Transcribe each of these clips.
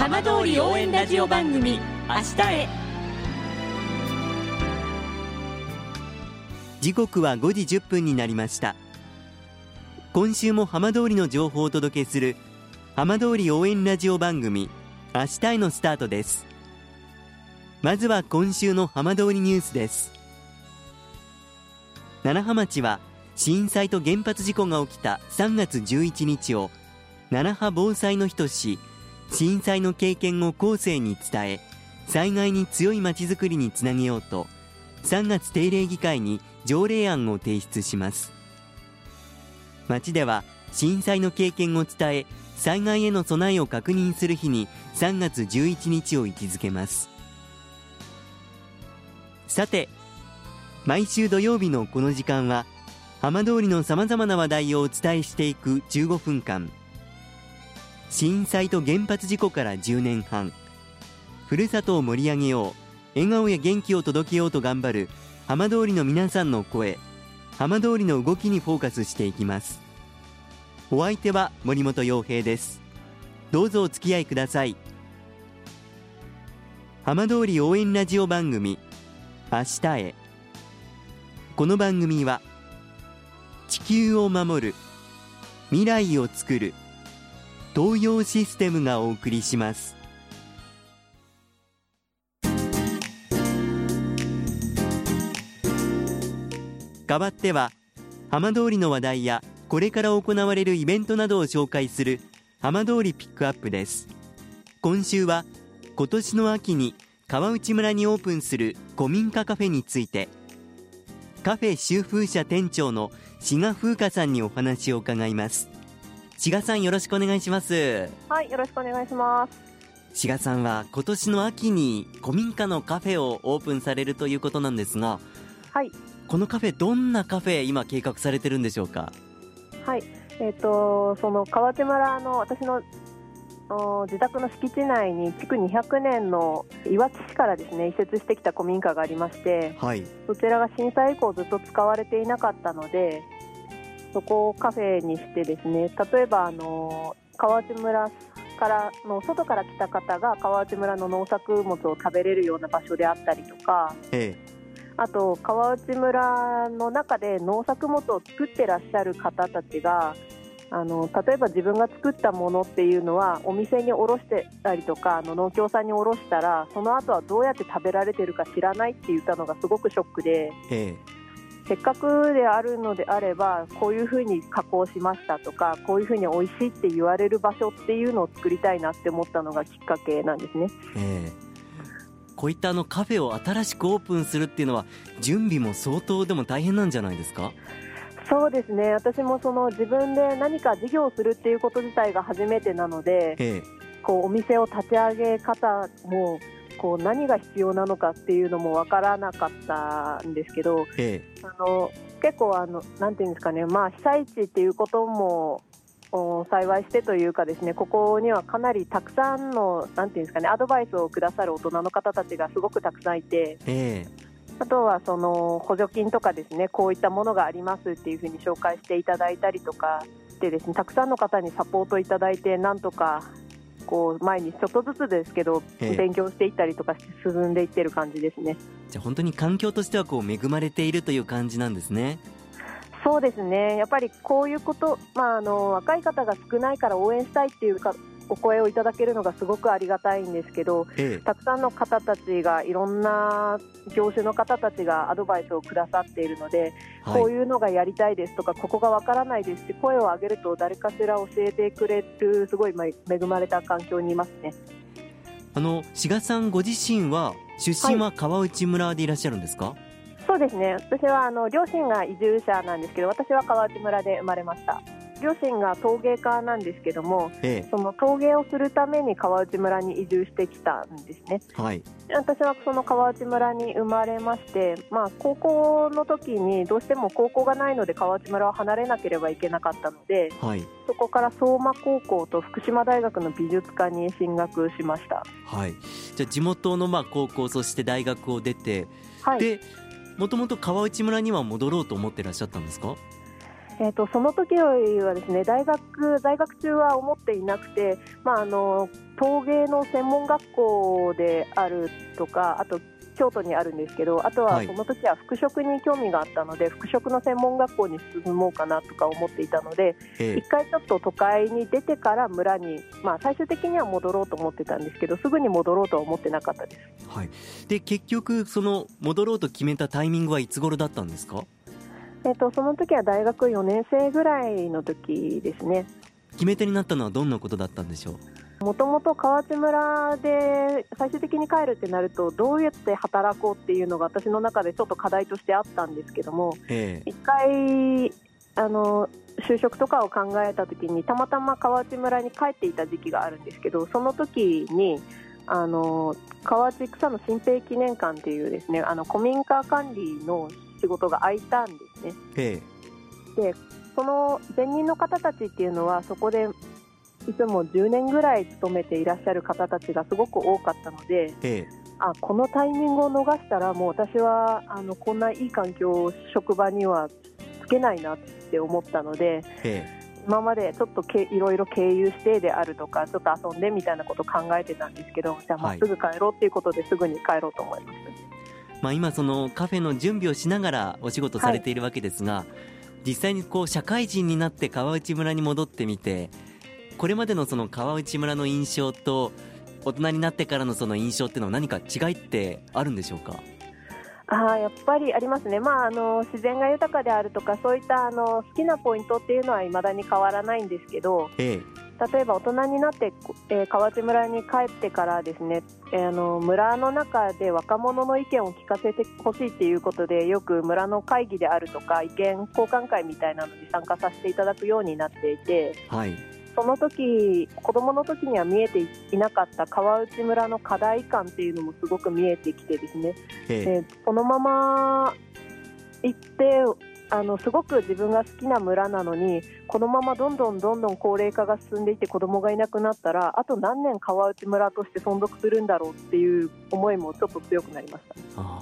浜通り応援ラジオ番組明日へ。 時刻は5時10分になりました。今週も浜通りの情報をお届けする浜通り応援ラジオ番組明日へのスタートです。まずは今週の浜通りニュースです。楢葉町は震災と原発事故が起きた3月11日を楢葉防災の日とし、震災の経験を後世に伝え、災害に強い町づくりにつなげようと3月定例議会に条例案を提出します。町では震災の経験を伝え、災害への備えを確認する日に3月11日を位置づけます。さて、毎週土曜日のこの時間は浜通りのさまざまな話題をお伝えしていく15分間。震災と原発事故から10年半、ふるさとを盛り上げよう、笑顔や元気を届けようと頑張る浜通りの皆さんの声、浜通りの動きにフォーカスしていきます。お相手は森本洋平です。どうぞお付き合いください。浜通り応援ラジオ番組明日へ。この番組は地球を守る、未来をつくる東洋システムがお送りします。代わっては浜通りの話題やこれから行われるイベントなどを紹介する浜通りピックアップです。今週は今年の秋に川内村にオープンする古民家カフェについて、カフェ修風社店長の志賀風花さんにお話を伺います。志賀さん、よろしくお願いします。 はい、よろしくお願いします。 志賀さんは今年の秋に古民家のカフェをオープンされるということなんですが、 はい、 このカフェ、どんなカフェ今計画されてるんでしょうか？ はい、その川内村の私の自宅の敷地内に築200年のいわき市からですね移設してきた古民家がありまして、 はい、 そちらが震災以降ずっと使われていなかったので、そこをカフェにしてですね、例えば川内村からの外から来た方が川内村の農作物を食べれるような場所であったりとか、あと川内村の中で農作物を作ってらっしゃる方たちが例えば自分が作ったものっていうのはお店に卸してたりとか農協さんに卸したら、その後はどうやって食べられてるか知らないって言ったのがすごくショックで、せっかくであるのであればこういうふうに加工しましたとか、こういうふうに美味しいって言われる場所っていうのを作りたいなって思ったのがきっかけなんですね。 こういったカフェを新しくオープンするっていうのは準備も相当でも大変なんじゃないですか？ そうですね、私も自分で何か事業をするっていうこと自体が初めてなので、お店を立ち上げ方も何が必要なのかっていうのも分からなかったんですけど、結構なんていうんですかね、被災地っていうことも幸いしてというかですね、ここにはかなりたくさんのなんていうんですかね、アドバイスをくださる大人の方たちがすごくたくさんいて、あとは補助金とかですね、こういったものがありますっていうふうに紹介していただいたりとかしてですね、たくさんの方にサポートいただいて、なんとか前にちょっとずつですけど勉強していったりとかして進んでいってる感じですね。 じゃあ本当に環境としては恵まれているという感じなんですね。 そうですね、やっぱりこういうこと、若い方が少ないから応援したいっていうかお声をいただけるのがすごくありがたいんですけど、たくさんの方たちがいろんな業種の方たちがアドバイスをくださっているので、こういうのがやりたいですとか、ここがわからないですって声を上げると誰かしら教えてくれるすごい恵まれた環境にいますね。 志賀さんご自身は出身は川内村でいらっしゃるんですか？ そうですね、私は両親が移住者なんですけど、私は川内村で生まれました。両親が陶芸家なんですけども、その陶芸をするために川内村に移住してきたんですね。私はその川内村に生まれまして、高校の時にどうしても高校がないので川内村を離れなければいけなかったので、そこから相馬高校と福島大学の美術科に進学しました。 じゃあ地元の高校、そして大学を出て、でもともと川内村には戻ろうと思ってらっしゃったんですか？ その時はですね、在学中は思っていなくて、陶芸の専門学校であるとか、あと京都にあるんですけど、あとはその時は服飾に興味があったので、服飾の専門学校に進もうかなとか思っていたので、一回ちょっと都会に出てから村に、最終的には戻ろうと思ってたんですけど、すぐに戻ろうとは思ってなかったです。 で結局その戻ろうと決めたタイミングはいつ頃だったんですか？ その時は大学4年生ぐらいの時ですね。 決め手になったのはどんなことだったんでしょう？ もともと河内村で最終的に帰るってなると、どうやって働こうっていうのが私の中でちょっと課題としてあったんですけども、一回就職とかを考えた時にたまたま河内村に帰っていた時期があるんですけど、その時に河内草の新平記念館っていうですね、古民家管理の仕事が空いたんですね。でその前任の方たちっていうのはそこでいつも10年ぐらい勤めていらっしゃる方たちがすごく多かったので、このタイミングを逃したらもう私はこんないい環境を職場にはつけないなって思ったので、今までちょっといろいろ経由してであるとかちょっと遊んでみたいなことを考えてたんですけど、じゃあまっすぐ帰ろうっていうことですぐに帰ろうと思います。 今そのカフェの準備をしながらお仕事されているわけですが、実際に社会人になって川内村に戻ってみて、これまでのその川内村の印象と大人になってからのその印象っていうのは何か違いってあるんでしょうか？ やっぱりありますね。自然が豊かであるとかそういった好きなポイントっていうのは未だに変わらないんですけど、例えば大人になって、河内村に帰ってからですね、村の中で若者の意見を聞かせてほしいっていうことで、よく村の会議であるとか意見交換会みたいなのに参加させていただくようになっていて、その時子どもの時には見えていなかった川内村の課題感っていうのもすごく見えてきてですね、このまま行ってすごく自分が好きな村なのに、このままどんどん高齢化が進んでいって子どもがいなくなったら、あと何年川内村として存続するんだろうっていう思いもちょっと強くなりました。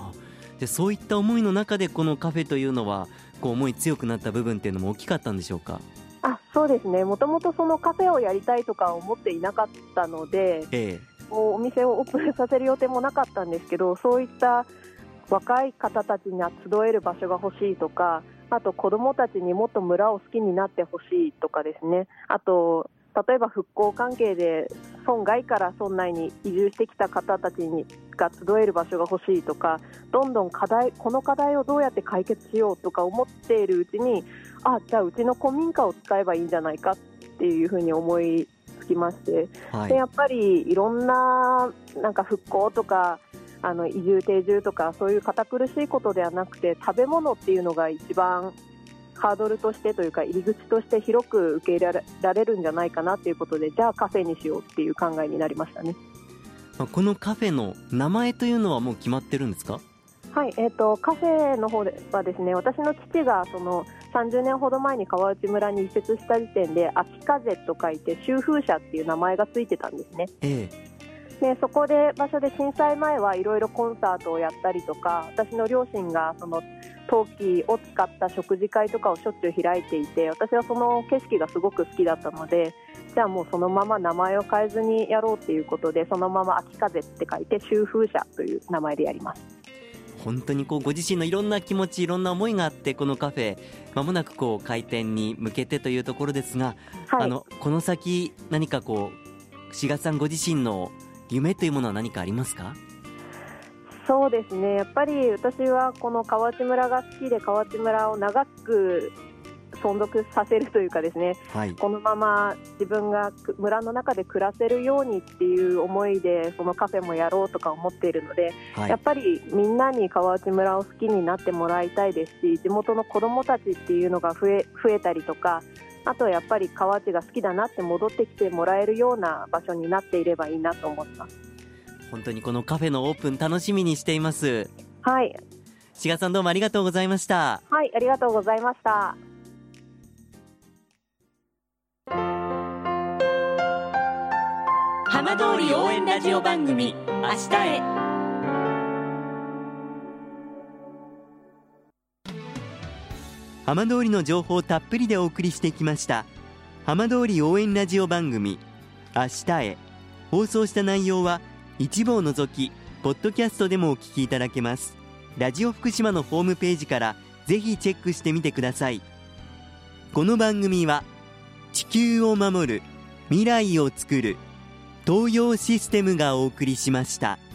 でそういった思いの中でこのカフェというのは思い強くなった部分っていうのも大きかったんでしょうか？ そうですね、もともとそのカフェをやりたいとか思っていなかったので、お店をオープンさせる予定もなかったんですけど、そういった若い方たちに集える場所が欲しいとか、あと子どもたちにもっと村を好きになってほしいとかですね、あと例えば復興関係で村外から村内に移住してきた方たちが集える場所が欲しいとか、どんどんこの課題をどうやって解決しようとか思っているうちに、じゃあうちの古民家を使えばいいんじゃないかっていうふうに思いつきまして、でやっぱりいろんな復興とか移住定住とかそういう堅苦しいことではなくて、食べ物っていうのが一番ハードルとしてというか入り口として広く受け入れられるんじゃないかなということで、じゃあカフェにしようっていう考えになりましたね。 このカフェの名前というのはもう決まってるんですか？ カフェの方ではですね、私の父がその30年ほど前に川内村に移設した時点で秋風と書いて秋風社っていう名前がついてたんですね。でそこで場所で震災前はいろいろコンサートをやったりとか、私の両親がその陶器を使った食事会とかをしょっちゅう開いていて、私はその景色がすごく好きだったので、じゃあもうそのまま名前を変えずにやろうということで、そのまま秋風って書いて秋風社という名前でやります。 本当にご自身のいろんな気持ちいろんな思いがあってこのカフェまもなく開店に向けてというところですが、この先何か志賀さんご自身の夢というものは何かありますか？ そうですね、やっぱり私はこの河内村が好きで、河内村を長く存続させるというかですね、このまま自分が村の中で暮らせるようにっていう思いでそのカフェもやろうとか思っているので、やっぱりみんなに河内村を好きになってもらいたいですし、地元の子どもたちっていうのが増えたりとか、あとやっぱり河内が好きだなって戻ってきてもらえるような場所になっていればいいなと思います。 本当にこのカフェのオープン楽しみにしています。志賀さんどうもありがとうございました。 ありがとうございました。 浜通り応援ラジオ番組明日へ。 浜通りの情報たっぷりでお送りしてきました浜通り応援ラジオ番組明日へ。放送した内容は一部を除きポッドキャストでもお聞きいただけます。ラジオ福島のホームページからぜひチェックしてみてください。この番組は地球を守る未来をつくる東洋システムがお送りしました。